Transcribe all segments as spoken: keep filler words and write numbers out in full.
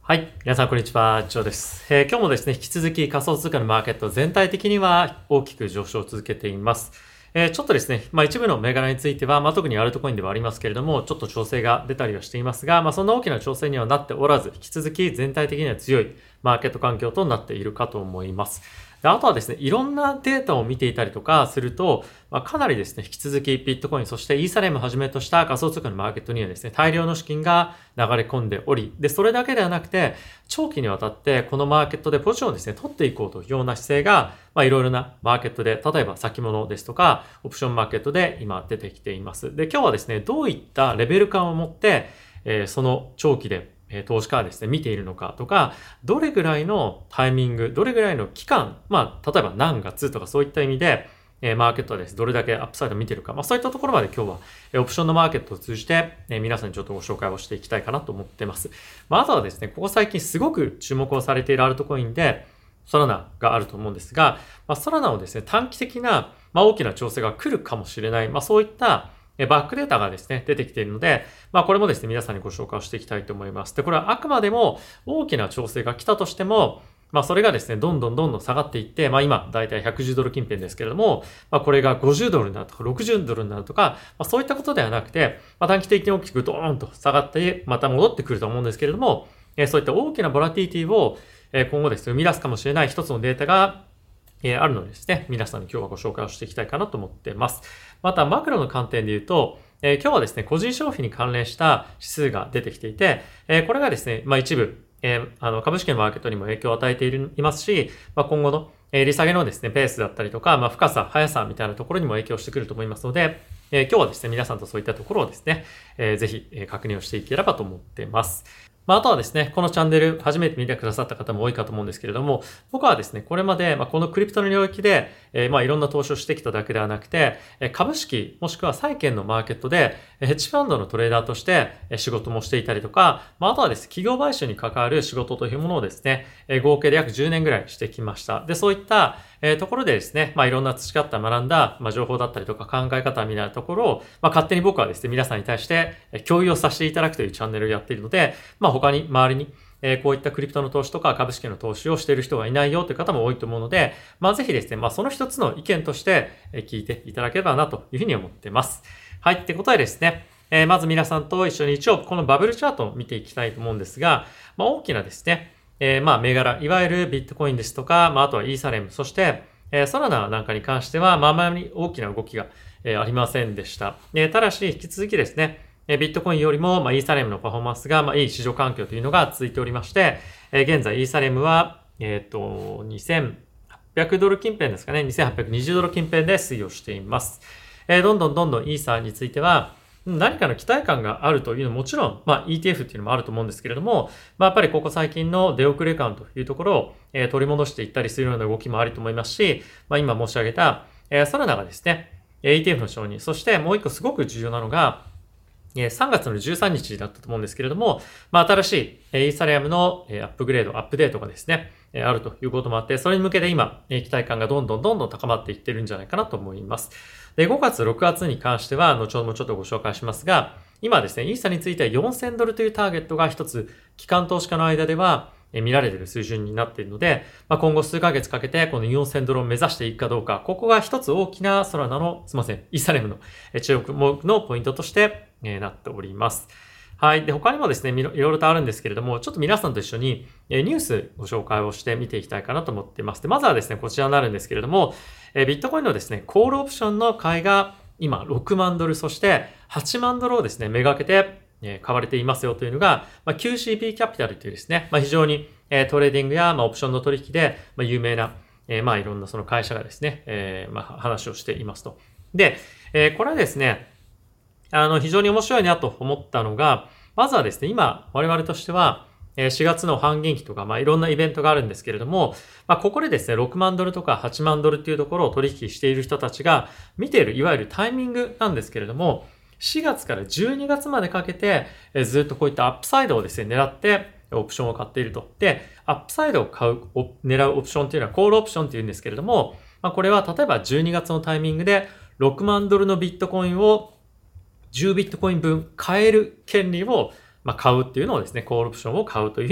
はい。皆さん、こんにちは。ジョーです。えー今日もですね、引き続き仮想通貨のマーケット全体的には大きく上昇を続けています。えーちょっとですね、まあ一部の銘柄については、まあ特にアルトコインではありますけれども、ちょっと調整が出たりはしていますが、まあそんな大きな調整にはなっておらず、引き続き全体的には強いマーケット環境となっているかと思います。であとはですね、いろんなデータを見ていたりとかすると、まあ、かなりですね、引き続きビットコイン、そしてイーサレムをはじめとした仮想通貨のマーケットにはですね、大量の資金が流れ込んでおり、で、それだけではなくて、長期にわたってこのマーケットでポジションをですね、取っていこうというような姿勢が、まあ、いろいろなマーケットで、例えば先物ですとか、オプションマーケットで今出てきています。で、今日はですね、どういったレベル感を持って、えーその長期でえー投資家はですね、見ているのかとか、どれぐらいのタイミング、どれぐらいの期間、まあ、例えば何月とかそういった意味で、えーマーケットはですね、どれだけアップサイドを見ているか、まあそういったところまで今日は、えーオプションのマーケットを通じて、えー皆さんにちょっとご紹介をしていきたいかなと思っています。まああとはですね、ここ最近すごく注目をされているアルトコインで、ソラナがあると思うんですが、まあ、ソラナをですね、短期的な、まあ、大きな調整が来るかもしれない、まあそういったえバックデータがですね、出てきているので、まあこれもですね、皆さんにご紹介をしていきたいと思います。で、これはあくまでも大きな調整が来たとしても、まあそれがですね、どんどんどんどん下がっていって、まあ今、だいたいひゃくじゅうドル近辺ですけれども、まあこれがごじゅうドルになるとかろくじゅうドルになるとか、まあそういったことではなくて、まあ短期的に大きくドーンと下がって、また戻ってくると思うんですけれども、えそういった大きなボラティティをえ今後ですね、生み出すかもしれない一つのデータがえーあるのでですね、皆さんに今日はご紹介をしていきたいかなと思っています。また、マクロの観点で言うと、えー今日はですね、個人消費に関連した指数が出てきていて、えーこれがですね、まあ一部、えーあの株式のマーケットにも影響を与えているいますし、まあ、今後の、えー利下げのですね、ペースだったりとか、まあ、深さ、速さみたいなところにも影響してくると思いますので、えー今日はですね、皆さんとそういったところをですね、えーぜひ、えー確認をしていければと思っています。まあ、あとはですね、このチャンネル初めて見てくださった方も多いかと思うんですけれども、僕はですね、これまで、まあ、このクリプトの領域で、えーまあ、いろんな投資をしてきただけではなくて、えー株式、もしくは債券のマーケットで、えーヘッジファンドのトレーダーとして、えー仕事もしていたりとか、まあ、あとはですね、企業買収に関わる仕事というものをですね、えー合計で約じゅうねんぐらいしてきました。で、そういった、えーところでですね、まあ、いろんな培った学んだ、まあ、情報だったりとか考え方みたいなところを、まあ、勝手に僕はですね、皆さんに対してえー共有をさせていただくというチャンネルをやっているので、まあ、他に、周りに、えーこういったクリプトの投資とか株式の投資をしている人がいないよという方も多いと思うので、まあ、ぜひですね、まあ、その一つの意見としてえー聞いていただければなというふうに思っています。はい、ってことでですね、えーまず皆さんと一緒に一応このバブルチャートを見ていきたいと思うんですが、まあ、大きなですね、えーまあ、銘柄、いわゆるビットコインですとか、まあ、あとはイーサレム、そして、えーソラナなんかに関しては、まあ、あまり大きな動きが、えーありませんでした。えーただし、引き続きですね、えービットコインよりも、まあ、イーサレムのパフォーマンスが、まあ、いい市場環境というのが続いておりまして、えー現在、イーサレムは、えっと、にせんはっぴゃくドル近辺ですかね、にせんはっぴゃくにじゅうドル近辺で推移をしています。えーどんどんどんどんイーサについては、何かの期待感があるというのはもちろん、まあ イーティーエフ っていうのもあると思うんですけれども、まあやっぱりここ最近の出遅れ感というところを、えー取り戻していったりするような動きもあると思いますし、まあ今申し上げた、えー、ソラナがですね、イーティーエフ の承認、そしてもう一個すごく重要なのが、えーさんがつのじゅうさんにちだったと思うんですけれども、まあ新しいえーイーサリアムのえーアップグレード、アップデートがですね、えーあるということもあって、それに向けて今、えー期待感がどんどんどんどん高まっていってるんじゃないかなと思います。で、ごがつ、ろくがつに関しては、後ほどもちょっとご紹介しますが、今ですね、イーサについてはよんせんドルというターゲットが一つ、機関投資家の間ではえー見られている水準になっているので、まあ、今後数ヶ月かけてこのよんせんドルを目指していくかどうか、ここが一つ大きなソラナの、すいません、イーサレムのえー注目のポイントとしてえーなっております。はい。で、他にもですね、いろいろとあるんですけれども、ちょっと皆さんと一緒にえーニュースご紹介をして見ていきたいかなと思っています。で、まずはですね、こちらになるんですけれども、えービットコインのですね、コールオプションの買いが今ろくまんドル、そしてはちまんドルをですね、めがけてえー買われていますよというのが、まあ、キューシーピー キャピタルというですね、まあ、非常にえートレーディングやまあオプションの取引でまあ有名な、えーまあいろんなその会社がですね、えーまあ話をしていますと。で、えーこれはですね、あの、非常に面白いなと思ったのが、まずはですね、今、我々としては、えーしがつの半減期とか、まあ、いろんなイベントがあるんですけれども、まあ、ここでですね、ろくまんドルとかはちまんドルっていうところを取引している人たちが見ている、いわゆるタイミングなんですけれども、しがつからじゅうにがつまでかけて、えーずっとこういったアップサイドをですね、狙って、オプションを買っていると。で、アップサイドを買う、狙うオプションっていうのはコールオプションっていうんですけれども、まあ、これは例えばじゅうにがつのタイミングでろくまんドルのビットコインをじゅうビットコイン分買える権利をまあ買うっていうのをですね、コールオプションを買うというふうに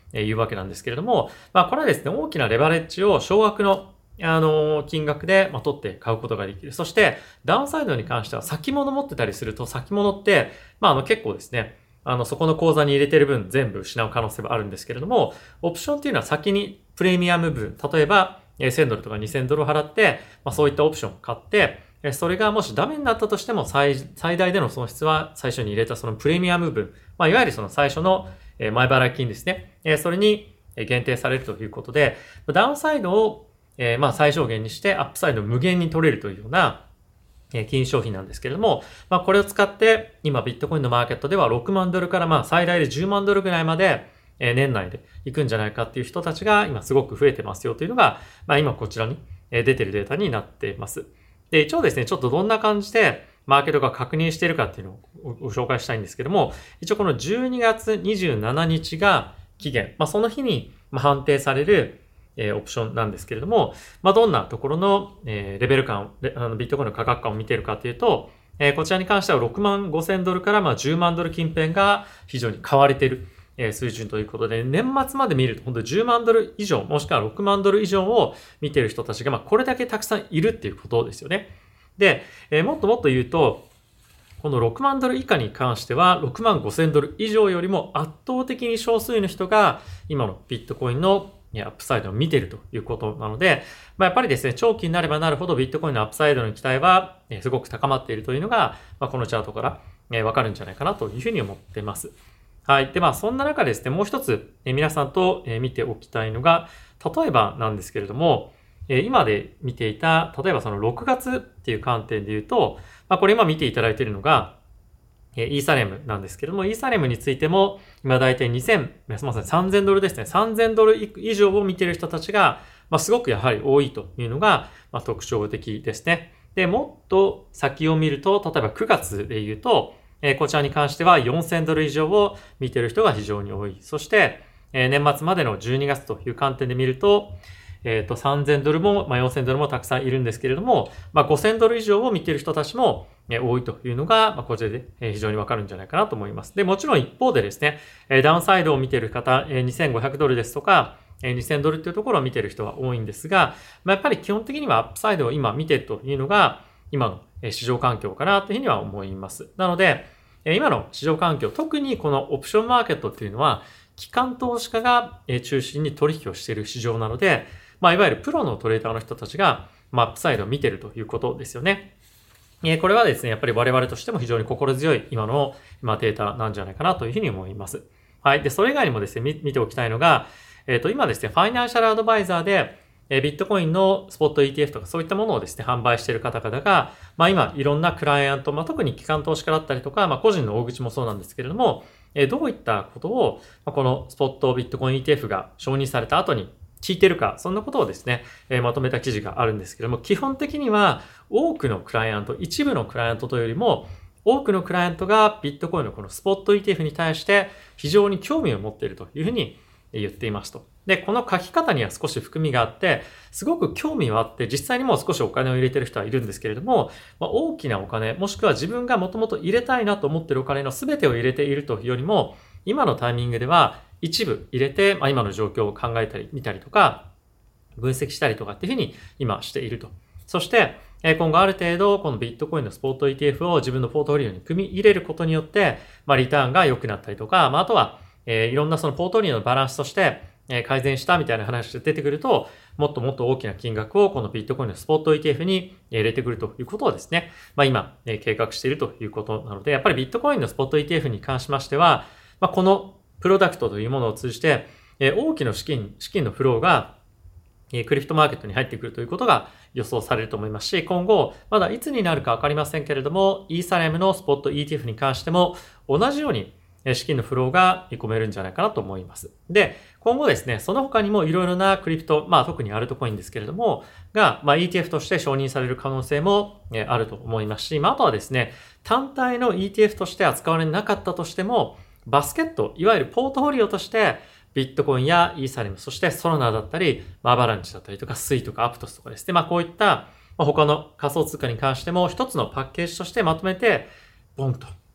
いうわけなんですけれども、まあこれはですね、大きなレバレッジを少額のあの、金額で、まあ、取って買うことができる。そして、ダウンサイドに関しては先物持ってたりすると、先物って、まあ、あの、結構ですね、あの、そこの口座に入れてる分全部失う可能性はあるんですけれども、オプションっていうのは先にプレミアム分、例えば、せんドルとかにせんドルを払って、まあ、そういったオプションを買って、それがもしダメになったとしても、最、最大での損失は最初に入れたそのプレミアム分、まあ、いわゆるその最初の前払い金ですね。それに限定されるということで、ダウンサイドをえー、まあ最小限にしてアップサイド無限に取れるというような、えー、金商品なんですけれども、まあこれを使って今ビットコインのマーケットではろくまんドルからまあ最大でじゅうまんドルぐらいまで、えー、年内で行くんじゃないかっていう人たちが今すごく増えてますよというのが、まあ今こちらに出てるデータになっています。で、一応ですね、ちょっとどんな感じでマーケットが確認しているかっていうのをご紹介したいんですけども、一応このじゅうにがつにじゅうしちにちが期限、まあその日に判定されるえー、オプションなんですけれども、まあ、どんなところの、えー、レベル感、あのビットコインの価格感を見ているかというと、えー、こちらに関してはろくまんごせんドルからまあじゅうまんドル近辺が非常に買われている、えー、水準ということで、年末まで見ると本当にじゅうまんドル以上、もしくはろくまんドル以上を見ている人たちが、まあ、これだけたくさんいるっていうことですよね。で、えー、もっともっと言うと、このろくまんドル以下に関してはろくまんごせんドル以上よりも圧倒的に少数の人が今のビットコインのアップサイドを見ているということなので、まあ、やっぱりですね、長期になればなるほどビットコインのアップサイドの期待はすごく高まっているというのが、まあ、このチャートからわかるんじゃないかなというふうに思っています。はい。で、まあ、そんな中ですね、もう一つ皆さんと見ておきたいのが、例えばなんですけれども、今で見ていた、例えばそのろくがつっていう観点で言うと、まあ、これ今見ていただいているのが、イーサレムなんですけれども、イーサレムについても、今だいたいにせん、すみません、さんぜんドルですね。さんぜんドル以上を見ている人たちが、まあ、すごくやはり多いというのが、まあ、特徴的ですね。で、もっと先を見ると、例えばくがつで言うと、えー、こちらに関してはよんせんドル以上を見ている人が非常に多い。そして、えー、年末までのじゅうにがつという観点で見ると、えっと、さんぜんドルも、まあ、よんせんドルもたくさんいるんですけれども、まあ、ごせんドル以上を見ている人たちも多いというのが、まあ、こちらで非常にわかるんじゃないかなと思います。で、もちろん一方でですね、ダウンサイドを見ている方、にせんごひゃくドルですとか、にせんドルっていうところを見ている人は多いんですが、まあ、やっぱり基本的にはアップサイドを今見ているというのが、今の市場環境かなというふうには思います。なので、今の市場環境、特にこのオプションマーケットっていうのは、機関投資家が中心に取引をしている市場なので、まあ、いわゆるプロのトレーダーの人たちが、まあ、アップサイドを見ているということですよね。えー、これはですね、やっぱり我々としても非常に心強い今の、まあ、データなんじゃないかなというふうに思います。はい。で、それ以外にもですね、見, 見ておきたいのが、えっと、今ですね、ファイナンシャルアドバイザーで、えー、ビットコインのスポット イーティーエフ とかそういったものをですね、販売している方々が、まあ今、いろんなクライアント、まあ特に機関投資家だったりとか、まあ個人の大口もそうなんですけれども、えー、どういったことを、まあ、このスポットビットコイン イーティーエフ が承認された後に、聞いてるか、そんなことをですね、えー、まとめた記事があるんですけども、基本的には多くのクライアント、一部のクライアントというよりも、多くのクライアントがビットコインのこのスポット イーティーエフ に対して非常に興味を持っているというふうに言っていますと。で、この書き方には少し含みがあって、すごく興味はあって、実際にもう少しお金を入れている人はいるんですけれども、まあ、大きなお金、もしくは自分がもともと入れたいなと思っているお金の全てを入れているというよりも、今のタイミングでは一部入れて、まあ、今の状況を考えたり、見たりとか、分析したりとかっていうふうに今していると。そして、今後ある程度このビットコインのスポット イーティーエフ を自分のポートフォリオに組み入れることによって、まあ、リターンが良くなったりとか、まあ、あとは、えー、いろんなそのポートフォリオのバランスとして、えー、改善したみたいな話が出てくると、もっともっと大きな金額をこのビットコインのスポット イーティーエフ に入れてくるということをですね、まあ、今、えー、計画しているということなので、やっぱりビットコインのスポット イーティーエフ に関しましては、まあ、このプロダクトというものを通じて、えー、大きな資金、資金のフローがクリプトマーケットに入ってくるということが予想されると思いますし、今後、まだいつになるかわかりませんけれども、イーサレムのスポット イーティーエフ に関しても同じように資金のフローが見込めるんじゃないかなと思います。で、今後ですね、その他にもいろいろなクリプト、まあ特にアルトコインですけれども、が、まあ イーティーエフ として承認される可能性もあると思いますし、まああとはですね、単体の イーティーエフ として扱われなかったとしても、バスケット、いわゆるポートフォリオとして、ビットコインやイーサレム、そしてソラナだったり、アバランチだったりとか、スイとかアプトスとかですね。まあこういった他の仮想通貨に関しても一つのパッケージとしてまとめて、ボンと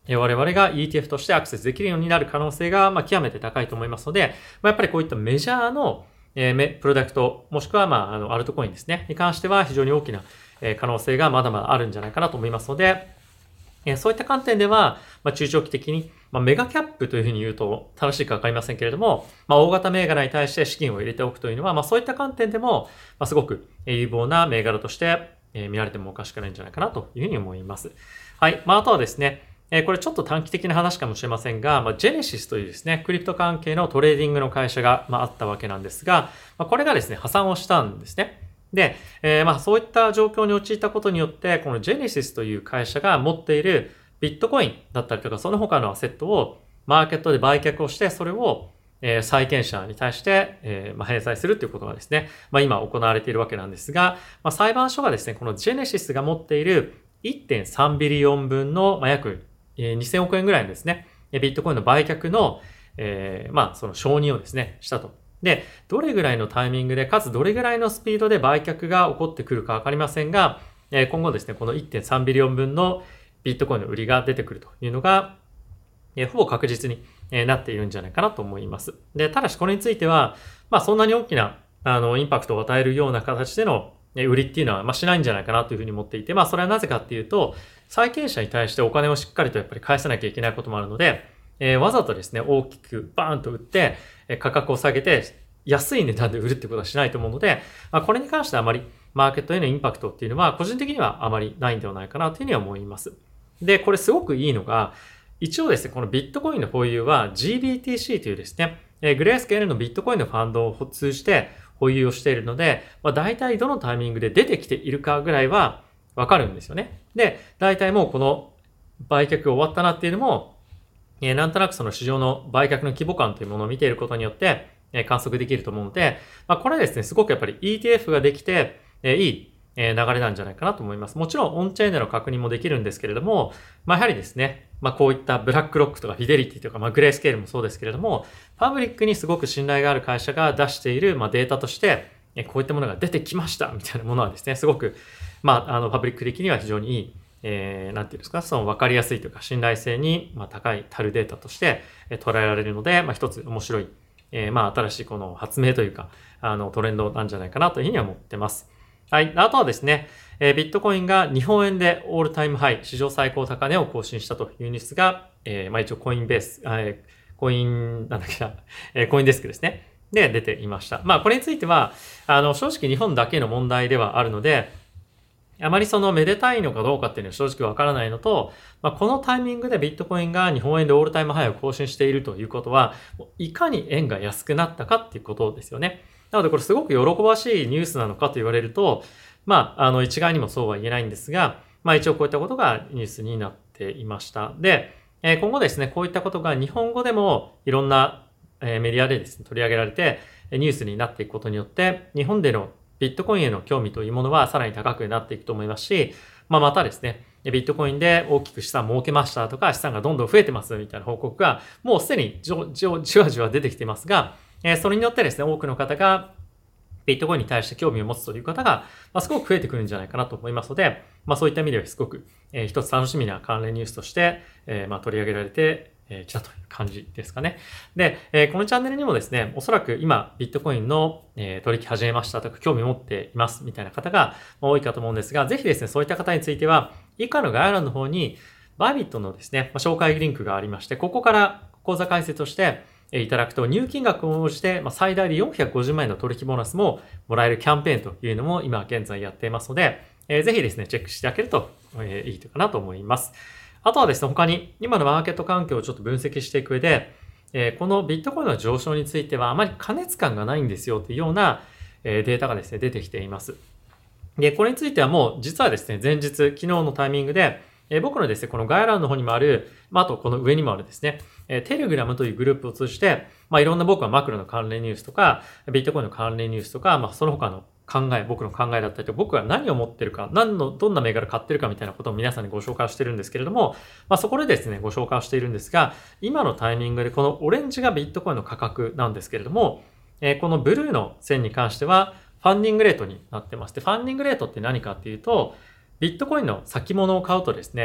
我々が イーティーエフ としてアクセスできるようになる可能性が、まあ、極めて高いと思いますので、まあ、やっぱりこういったメジャーの、えー、プロダクト、もしくは、まあ、あの、アルトコインですね、に関しては非常に大きな、えー、可能性がまだまだあるんじゃないかなと思いますので、えー、そういった観点では、まあ、中長期的に、まあ、メガキャップというふうに言うと正しいかわかりませんけれども、まあ、大型銘柄に対して資金を入れておくというのは、まあ、そういった観点でも、まあ、すごく有望な銘柄として、えー、見られてもおかしくないんじゃないかなというふうに思います。はい。まあ、あとはですね、えー、これちょっと短期的な話かもしれませんが、まあ、ジェネシスというですね、クリプト関係のトレーディングの会社が、まあ、あったわけなんですが、まあ、これがですね、破産をしたんですね。で、えー、まあ、そういった状況に陥ったことによって、このジェネシスという会社が持っているビットコインだったりとか、その他のアセットをマーケットで売却をして、それをえー、債権者に対して、えーまあ、返済するということがですね、まあ、今行われているわけなんですが、まあ、裁判所がですね、このジェネシスが持っている いってんさんビリオン分の、まあ、約にせんおくえんぐらいのですね、ビットコインの売却の、えー、まあ、その承認をですね、したと。で、どれぐらいのタイミングで、かつどれぐらいのスピードで売却が起こってくるかわかりませんが、えー、今後ですね、この いってんさんビリオン分のビットコインの売りが出てくるというのが、えー、ほぼ確実になっているんじゃないかなと思います。で、ただしこれについては、まあそんなに大きな、あの、インパクトを与えるような形での売りっていうのは、まあしないんじゃないかなというふうに思っていて、まあそれはなぜかっていうと、債権者に対してお金をしっかりとやっぱり返さなきゃいけないこともあるので、えー、わざとですね、大きくバーンと売って、価格を下げて、安い値段で売るってことはしないと思うので、まあこれに関してはあまりマーケットへのインパクトっていうのは、個人的にはあまりないんではないかなというふうには思います。で、これすごくいいのが、一応ですね、このビットコインの保有は ジービーティーシー というですね、グレースケールのビットコインのファンドを通じて保有をしているので、まあ、大体どのタイミングで出てきているかぐらいはわかるんですよね。で、大体もうこの売却が終わったなっていうのも、なんとなくその市場の売却の規模感というものを見ていることによって観測できると思うので、まあ、これはですね、すごくやっぱり イーティーエフ ができていい流れなんじゃないかなと思います。もちろんオンチェーンでの確認もできるんですけれども、まあやはりですね、まあこういったブラックロックとかフィデリティとか、まあグレースケールもそうですけれども、パブリックにすごく信頼がある会社が出しているまあデータとして、こういったものが出てきましたみたいなものはですね、すごく、まああのパブリック的には非常にいい、えー、なんていうんですか、その分かりやすいというか信頼性にまあ高いタルデータとして捉えられるので、まあ一つ面白い、えー、まあ新しいこの発明というか、あのトレンドなんじゃないかなというふうには思ってます。はい。あとはですね、えー、ビットコインが日本円でオールタイムハイ、史上最高高値を更新したというニュースが、えー、まあ一応コインベース、えー、コイン、なんだっけな、えー、コインデスクですね。で、出ていました。まあこれについては、あの、正直日本だけの問題ではあるので、あまりそのめでたいのかどうかっていうのは正直わからないのと、まあ、このタイミングでビットコインが日本円でオールタイムハイを更新しているということは、いかに円が安くなったかっていうことですよね。なのでこれすごく喜ばしいニュースなのかと言われると、まあ、あの一概にもそうは言えないんですが、まあ一応こういったことがニュースになっていました。で、今後ですね、こういったことが日本語でもいろんなメディアでですね、取り上げられてニュースになっていくことによって、日本でのビットコインへの興味というものはさらに高くなっていくと思いますし、まあまたですね、ビットコインで大きく資産儲けましたとか、資産がどんどん増えてますみたいな報告がもうすでにじわじわ出てきていますが、それによってですね、多くの方がビットコインに対して興味を持つという方が、まあ、すごく増えてくるんじゃないかなと思いますので、まあそういった意味ではすごく、えー、一つ楽しみな関連ニュースとして、えー、まあ取り上げられてき、えー、たという感じですかね。で、えー、このチャンネルにもですね、おそらく今ビットコインの、えー、取引始めましたとか興味を持っていますみたいな方が多いかと思うんですが、ぜひですね、そういった方については、以下の概要欄の方にバイビットのですね、まあ、紹介リンクがありまして、ここから口座開設をしていただくと入金額を応じて最大でよんひゃくごじゅうまんえんの取引ボーナスももらえるキャンペーンというのも今現在やっていますので、ぜひですね、チェックしていただけるといいかなと思います。あとはですね、他に今のマーケット環境をちょっと分析していく上で、このビットコインの上昇についてはあまり過熱感がないんですよというようなデータがですね、出てきています。で、これについてはもう実はですね、前日、昨日のタイミングでえー、僕のですね、この概要欄の方にもある、まあ、あとこの上にもあるですね、えー、テレグラムというグループを通じて、まあ、いろんな僕はマクロの関連ニュースとか、ビットコインの関連ニュースとか、まあ、その他の考え、僕の考えだったりと、僕が何を持ってるか、何の、どんな銘柄買ってるかみたいなことを皆さんにご紹介してるんですけれども、まあ、そこでですね、ご紹介をしているんですが、今のタイミングでこのオレンジがビットコインの価格なんですけれども、えー、このブルーの線に関しては、ファンディングレートになってまして、ファンディングレートって何かっていうと、ビットコインの先物を買うとですね、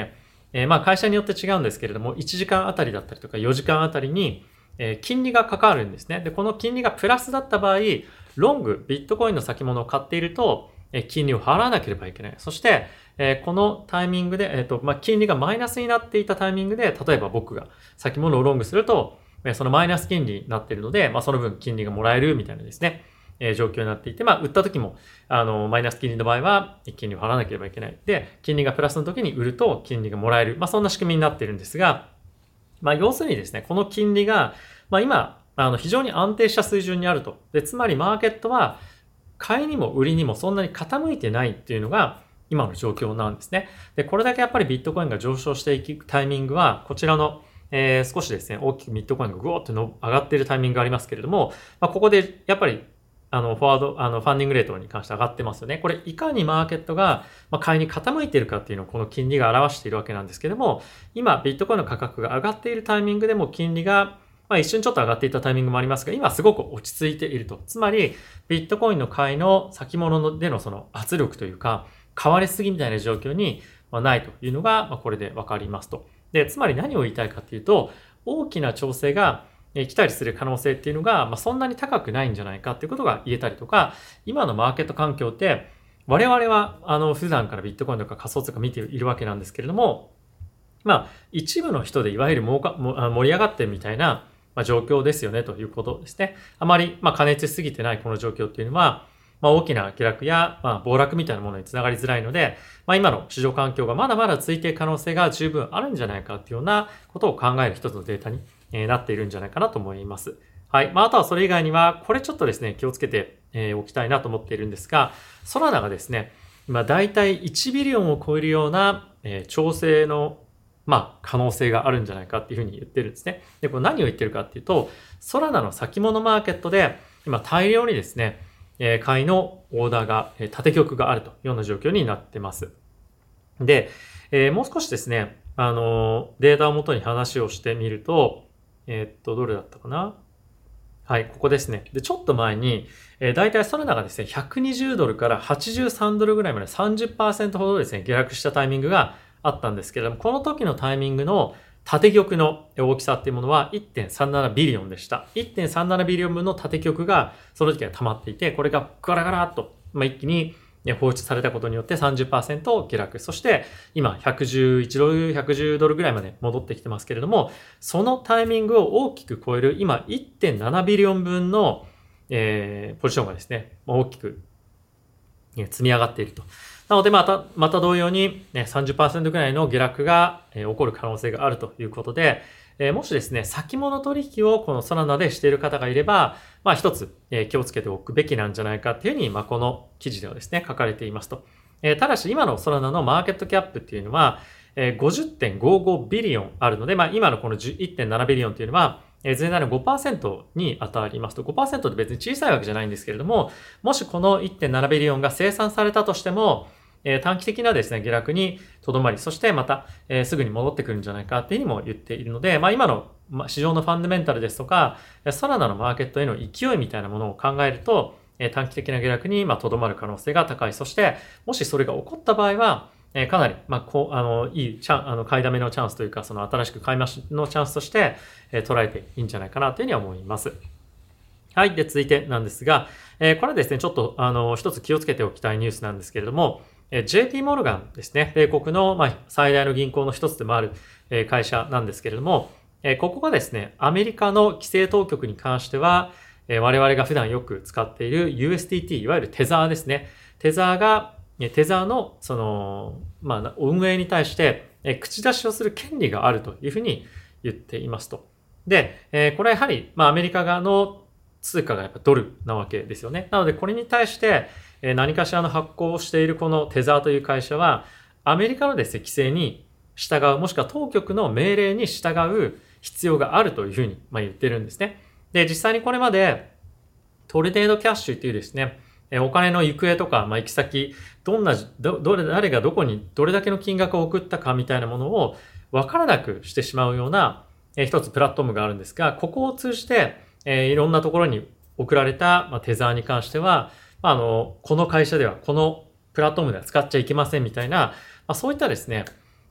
えー、まあ会社によって違うんですけれども、いちじかんあたりだったりとかよじかんあたりに、えー、金利がかかるんですね。で、この金利がプラスだった場合、ロング、ビットコインの先物を買っていると、えー、金利を払わなければいけない。そして、えー、このタイミングで、えっと、まあ、金利がマイナスになっていたタイミングで、例えば僕が先物をロングすると、そのマイナス金利になっているので、まあ、その分金利がもらえるみたいなですね、えー、状況になっていて、まあ、売った時も、あの、マイナス金利の場合は、金利を払わなければいけない。で、金利がプラスの時に売ると金利がもらえる。まあ、そんな仕組みになっているんですが、まあ、要するにですね、この金利が、まあ、今、あの、非常に安定した水準にあると。で、つまりマーケットは、買いにも売りにもそんなに傾いてないっていうのが、今の状況なんですね。で、これだけやっぱりビットコインが上昇していくタイミングは、こちらの、えー、少しですね、大きくビットコインがグーッとの上がっているタイミングがありますけれども、まあ、ここでやっぱり、あの、フォワード、あの、ファンディングレートに関して上がってますよね。これ、いかにマーケットが、まあ、買いに傾いているかっていうのをこの金利が表しているわけなんですけれども、今、ビットコインの価格が上がっているタイミングでも金利が、まあ、一瞬ちょっと上がっていたタイミングもありますが、今すごく落ち着いていると。つまり、ビットコインの買いの先物でのその圧力というか、買われすぎみたいな状況にないというのが、まあ、これでわかりますと。で、つまり何を言いたいかというと、大きな調整が来たりする可能性っていうのが、まあ、そんなに高くないんじゃないかっていうことが言えたりとか、今のマーケット環境って、我々は、あの、普段からビットコインとか仮想通貨見ているわけなんですけれども、まあ、一部の人でいわゆる儲か盛り上がってるみたいな、まあ、状況ですよねということですね。あまり、まあ、過熱しすぎてないこの状況っていうのは、まあ、大きな下落や、まあ、暴落みたいなものにつながりづらいので、まあ、今の市場環境がまだまだ続いている可能性が十分あるんじゃないかっていうようなことを考える一つのデータになっているんじゃないかなと思います。はい。まあ、あとはそれ以外には、これちょっとですね、気をつけておきたいなと思っているんですが、ソラナがですね、今だいたいいちビリオンを超えるような調整のまあ、可能性があるんじゃないかっていうふうに言ってるんですね。で、これ何を言ってるかっていうと、ソラナの先物マーケットで、今大量にですね、えー、買いのオーダーが、えー、縦極があるというような状況になってます。で、えー、もう少しですね、あのー、データをもとに話をしてみると、えー、っと、どれだったかな？はい、ここですね。で、ちょっと前に、えー、大体ソラナがですね、ひゃくにじゅうドルからはちじゅうさんドルぐらいまで さんじゅっパーセント ほどですね、下落したタイミングがあったんですけれども、この時のタイミングの縦玉の大きさっていうものは いってんさんななビリオンでした。いってんさんななビリオン分の縦玉がその時は溜まっていて、これがガラガラっと、まあ、一気に放出されたことによって さんじゅっパーセント 下落。そして今ひゃくじゅういちドル、ひゃくじゅうドルぐらいまで戻ってきてますけれども、そのタイミングを大きく超える今 いってんななビリオン分の、えー、ポジションがですね、大きく積み上がっていると。なので、また、また同様に、ね、さんじゅっパーセント ぐらいの下落が、えー、起こる可能性があるということで、えー、もしですね、先物取引をこのソラナでしている方がいれば、まあ一つ、えー、気をつけておくべきなんじゃないかっていうふうに、まあこの記事ではですね、書かれていますと。えー、ただし今のソラナのマーケットキャップっていうのは、えー、ごじゅってんごごビリオンあるので、まあ今のこの いってんななビリオンっていうのは、えー、全体の ごパーセント に当たりますと、ごパーセント って別に小さいわけじゃないんですけれども、もしこの いってんななビリオンが生産されたとしても、えー、短期的なですね、下落にとどまり、そしてまた、えー、すぐに戻ってくるんじゃないかっていうにも言っているので、まあ今の、まあ、市場のファンダメンタルですとか、ソラナのマーケットへの勢いみたいなものを考えると、えー、短期的な下落にまあとどまる可能性が高い。そして、もしそれが起こった場合は、えー、かなり、まあ、こう、あの、いいチャン、あの、買いだめのチャンスというか、その新しく買い増しのチャンスとして、えー、捉えていいんじゃないかなというふうには思います。はい。で、続いてなんですが、えー、これはですね、ちょっと、あの、一つ気をつけておきたいニュースなんですけれども、ジェイピー モルガンですね。米国の最大の銀行の一つでもある会社なんですけれども、ここがですね、アメリカの規制当局に関しては、我々が普段よく使っている ユーエスディーティー、いわゆるテザーですね。テザーが、テザーのその、まあ、運営に対して口出しをする権利があるというふうに言っていますと。で、これはやはり、まあ、アメリカ側の通貨がやっぱドルなわけですよね。なので、これに対して、何かしらの発行をしているこのテザーという会社は、アメリカのですね、規制に従う、もしくは当局の命令に従う必要があるというふうに言ってるんですね。で、実際にこれまでトルネードキャッシュっていうですね、お金の行方とか、まあ、行き先、どんな、ど、どれ、誰がどこにどれだけの金額を送ったかみたいなものを分からなくしてしまうような、え一つプラットフォームがあるんですが、ここを通じて、えー、いろんなところに送られた、まあ、テザーに関しては、あの、この会社では、このプラットフォームでは使っちゃいけませんみたいな、まあ、そういったですね、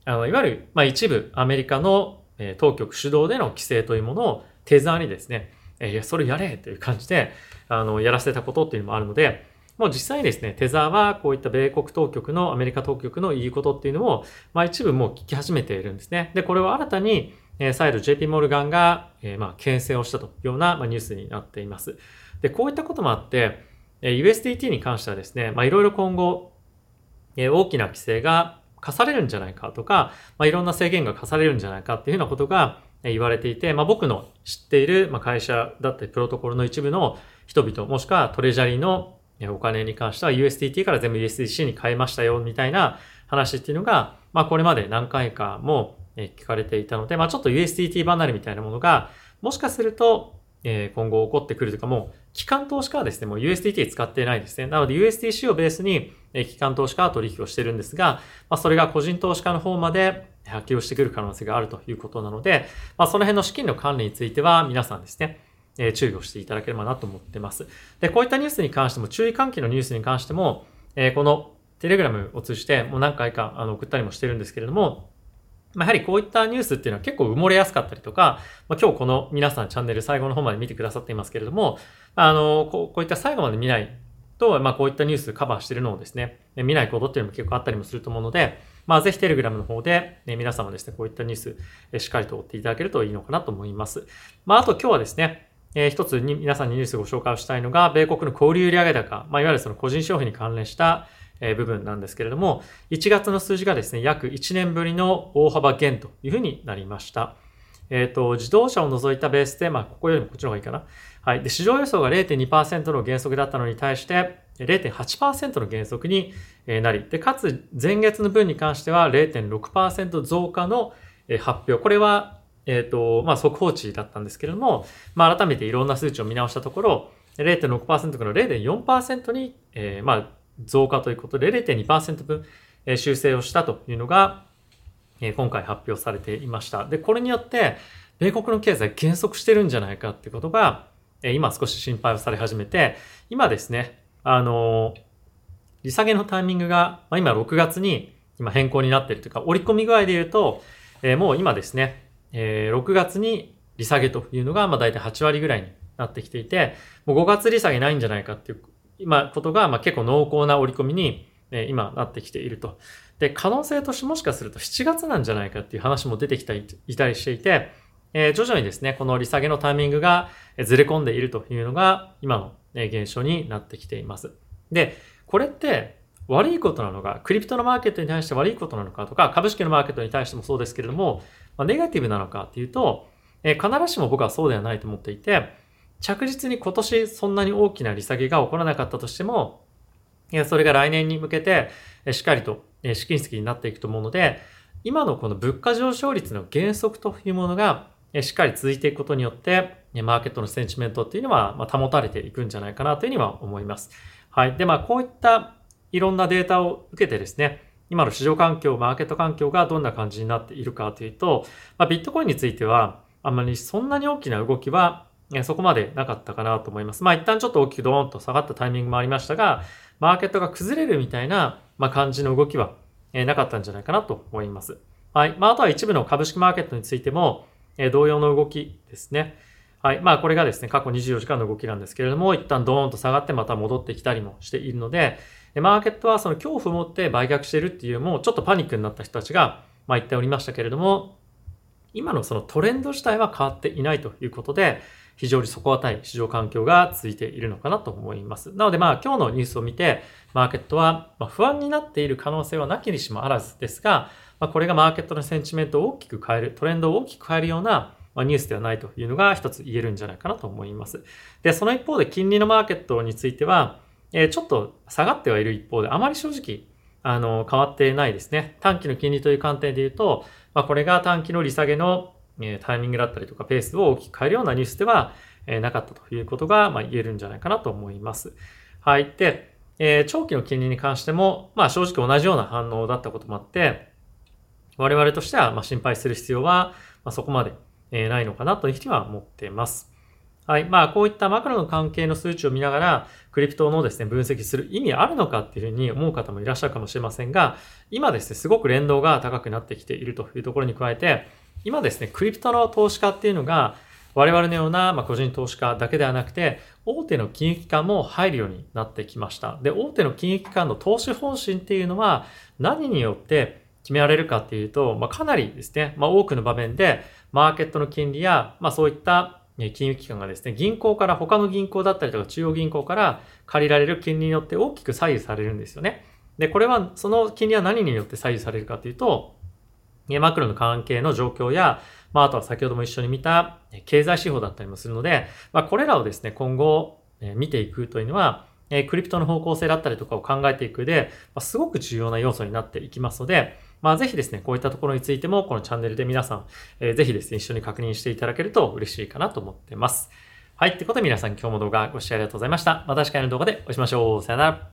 あの、いわゆる、まあ、一部アメリカの、えー、当局主導での規制というものをテザーにですね、えー、いや、それやれという感じで、あの、やらせたことっていうのもあるので、もう実際にですね、テザーはこういった米国当局の、アメリカ当局の言いことっていうのを、まあ一部もう聞き始めているんですね。で、これを新たに、えー、再度 ジェーピー モルガンが、えー、まあ牽制をしたというような、まあ、ニュースになっています。で、こういったこともあって、えー、ユーエスディーティー に関してはですね、まあいろいろ今後、えー、大きな規制が課されるんじゃないかとか、まあいろんな制限が課されるんじゃないかっていうようなことが言われていて、まあ僕の知っている会社だったりプロトコルの一部の人々、もしくはトレジャリーのお金に関しては ユーエスディーティー から全部 ユーエスディーシー に変えましたよみたいな話っていうのが、まあこれまで何回かも聞かれていたので、まあちょっと ユーエスディーティー 離れみたいなものが、もしかすると今後起こってくるというか、もう機関投資家はですね、もう ユーエスディーティー 使っていないですね。なので ユーエスディーシー をベースに機関投資家は取引をしているんですが、まあそれが個人投資家の方まで波及してくる可能性があるということなので、まあその辺の資金の管理については皆さんですね、え注意をしていただければなと思っています。で、こういったニュースに関しても、注意喚起のニュースに関しても、えー、このテレグラムを通じてもう何回かあの送ったりもしてるんですけれども、まあ、やはりこういったニュースっていうのは結構埋もれやすかったりとか、まあ、今日この皆さんチャンネル最後の方まで見てくださっていますけれども、あの、こうこういった最後まで見ないと、まあこういったニュースカバーしているのをですね、見ないことっていうのも結構あったりもすると思うので、まあぜひテレグラムの方で、ね、皆様ですね、こういったニュースしっかりと追っていただけるといいのかなと思います。まああと今日はですね、えー、一つに皆さんにニュースをご紹介をしたいのが、米国の小売売上高、まあいわゆるその個人消費に関連した部分なんですけれども、いちがつの数字がですね、約いちねんぶりの大幅減というふうになりました。えっと、自動車を除いたベースで、まあ、ここよりもこっちの方がいいかな。はい。で、市場予想が れいてんにパーセント の減速だったのに対して、れいてんはちパーセント の減速になり、で、かつ前月の分に関しては れいてんろくパーセント 増加の発表。これは、えっと、まあ、速報値だったんですけれども、まあ、改めていろんな数値を見直したところ、れいてんろくパーセント から れいてんよんパーセント に、えー、まあ、増加ということで れいてんにパーセント 分修正をしたというのが今回発表されていました。で、これによって米国の経済減速してるんじゃないかっていうことが今少し心配をされ始めて、今ですね、あの、利下げのタイミングが、まあ、今ろくがつに今変更になっているというか、折り込み具合で言うと、えー、もう今ですね、えー、ろくがつに利下げというのがまあ大体はちわりぐらいになってきていて、もうごがつ利下げないんじゃないかっていう今ことがまあ結構濃厚な織り込みに今なってきていると。で、可能性としてもしかするとしちがつなんじゃないかっていう話も出てきたりいたりしていて、えー、徐々にですね、この利下げのタイミングがずれ込んでいるというのが今の現象になってきています。で、これって悪いことなのか、クリプトのマーケットに対して悪いことなのかとか、株式のマーケットに対してもそうですけれども、まあ、ネガティブなのかっていうと、えー、必ずしも僕はそうではないと思っていて、着実に今年そんなに大きな利下げが起こらなかったとしても、それが来年に向けてしっかりと試金石になっていくと思うので、今のこの物価上昇率の減速というものがしっかり続いていくことによって、マーケットのセンチメントっていうのは保たれていくんじゃないかなというふうには思います。はい。で、まあこういったいろんなデータを受けてですね、今の市場環境、マーケット環境がどんな感じになっているかというと、まあ、ビットコインについてはあんまりそんなに大きな動きはそこまでなかったかなと思います。まあ一旦ちょっと大きくドーンと下がったタイミングもありましたが、マーケットが崩れるみたいな、まあ、感じの動きはなかったんじゃないかなと思います。はい。まああとは一部の株式マーケットについても同様の動きですね。はい。まあこれがですね、過去にじゅうよじかんの動きなんですけれども、一旦ドーンと下がってまた戻ってきたりもしているので、マーケットはその恐怖を持って売却しているっていうもうちょっとパニックになった人たちが、まあ言っておりましたけれども、今のそのトレンド自体は変わっていないということで、非常に底堅い市場環境が続いているのかなと思います。なのでまあ今日のニュースを見て、マーケットは不安になっている可能性はなきにしもあらずですが、まあ、これがマーケットのセンチメントを大きく変える、トレンドを大きく変えるようなニュースではないというのが一つ言えるんじゃないかなと思います。で、その一方で金利のマーケットについては、えー、ちょっと下がってはいる一方で、あまり正直、あの、変わってないですね。短期の金利という観点で言うと、まあ、これが短期の利下げのタイミングだったりとかペースを大きく変えるようなニュースではなかったということが言えるんじゃないかなと思います。はい。で、えー、長期の金利に関しても、まあ正直同じような反応だったこともあって、我々としてはまあ心配する必要はそこまでないのかなというふうには思っています。 はい。まあ、こういったマクロの関係の数値を見ながら、クリプトのですね、分析する意味あるのかっていうふうに思う方もいらっしゃるかもしれませんが、今ですね、すごく連動が高くなってきているというところに加えて、今ですね、クリプトの投資家っていうのが、我々のような、まあ、個人投資家だけではなくて、大手の金融機関も入るようになってきました。で、大手の金融機関の投資方針っていうのは、何によって決められるかっていうと、まあ、かなりですね、まあ、多くの場面で、マーケットの金利や、まあ、そういった金融機関がですね、銀行から他の銀行だったりとか中央銀行から借りられる金利によって大きく左右されるんですよね。で、これは、その金利は何によって左右されるかというと、マクロの関係の状況や、まあ、あとは先ほども一緒に見た経済指標だったりもするので、まあ、これらをですね、今後見ていくというのは、クリプトの方向性だったりとかを考えていく上で、すごく重要な要素になっていきますので、まあ、ぜひですね、こういったところについても、このチャンネルで皆さん、えー、ぜひですね、一緒に確認していただけると嬉しいかなと思っています。はい。ってことで皆さん今日も動画ご視聴ありがとうございました。また次回の動画でお会いしましょう。さよなら。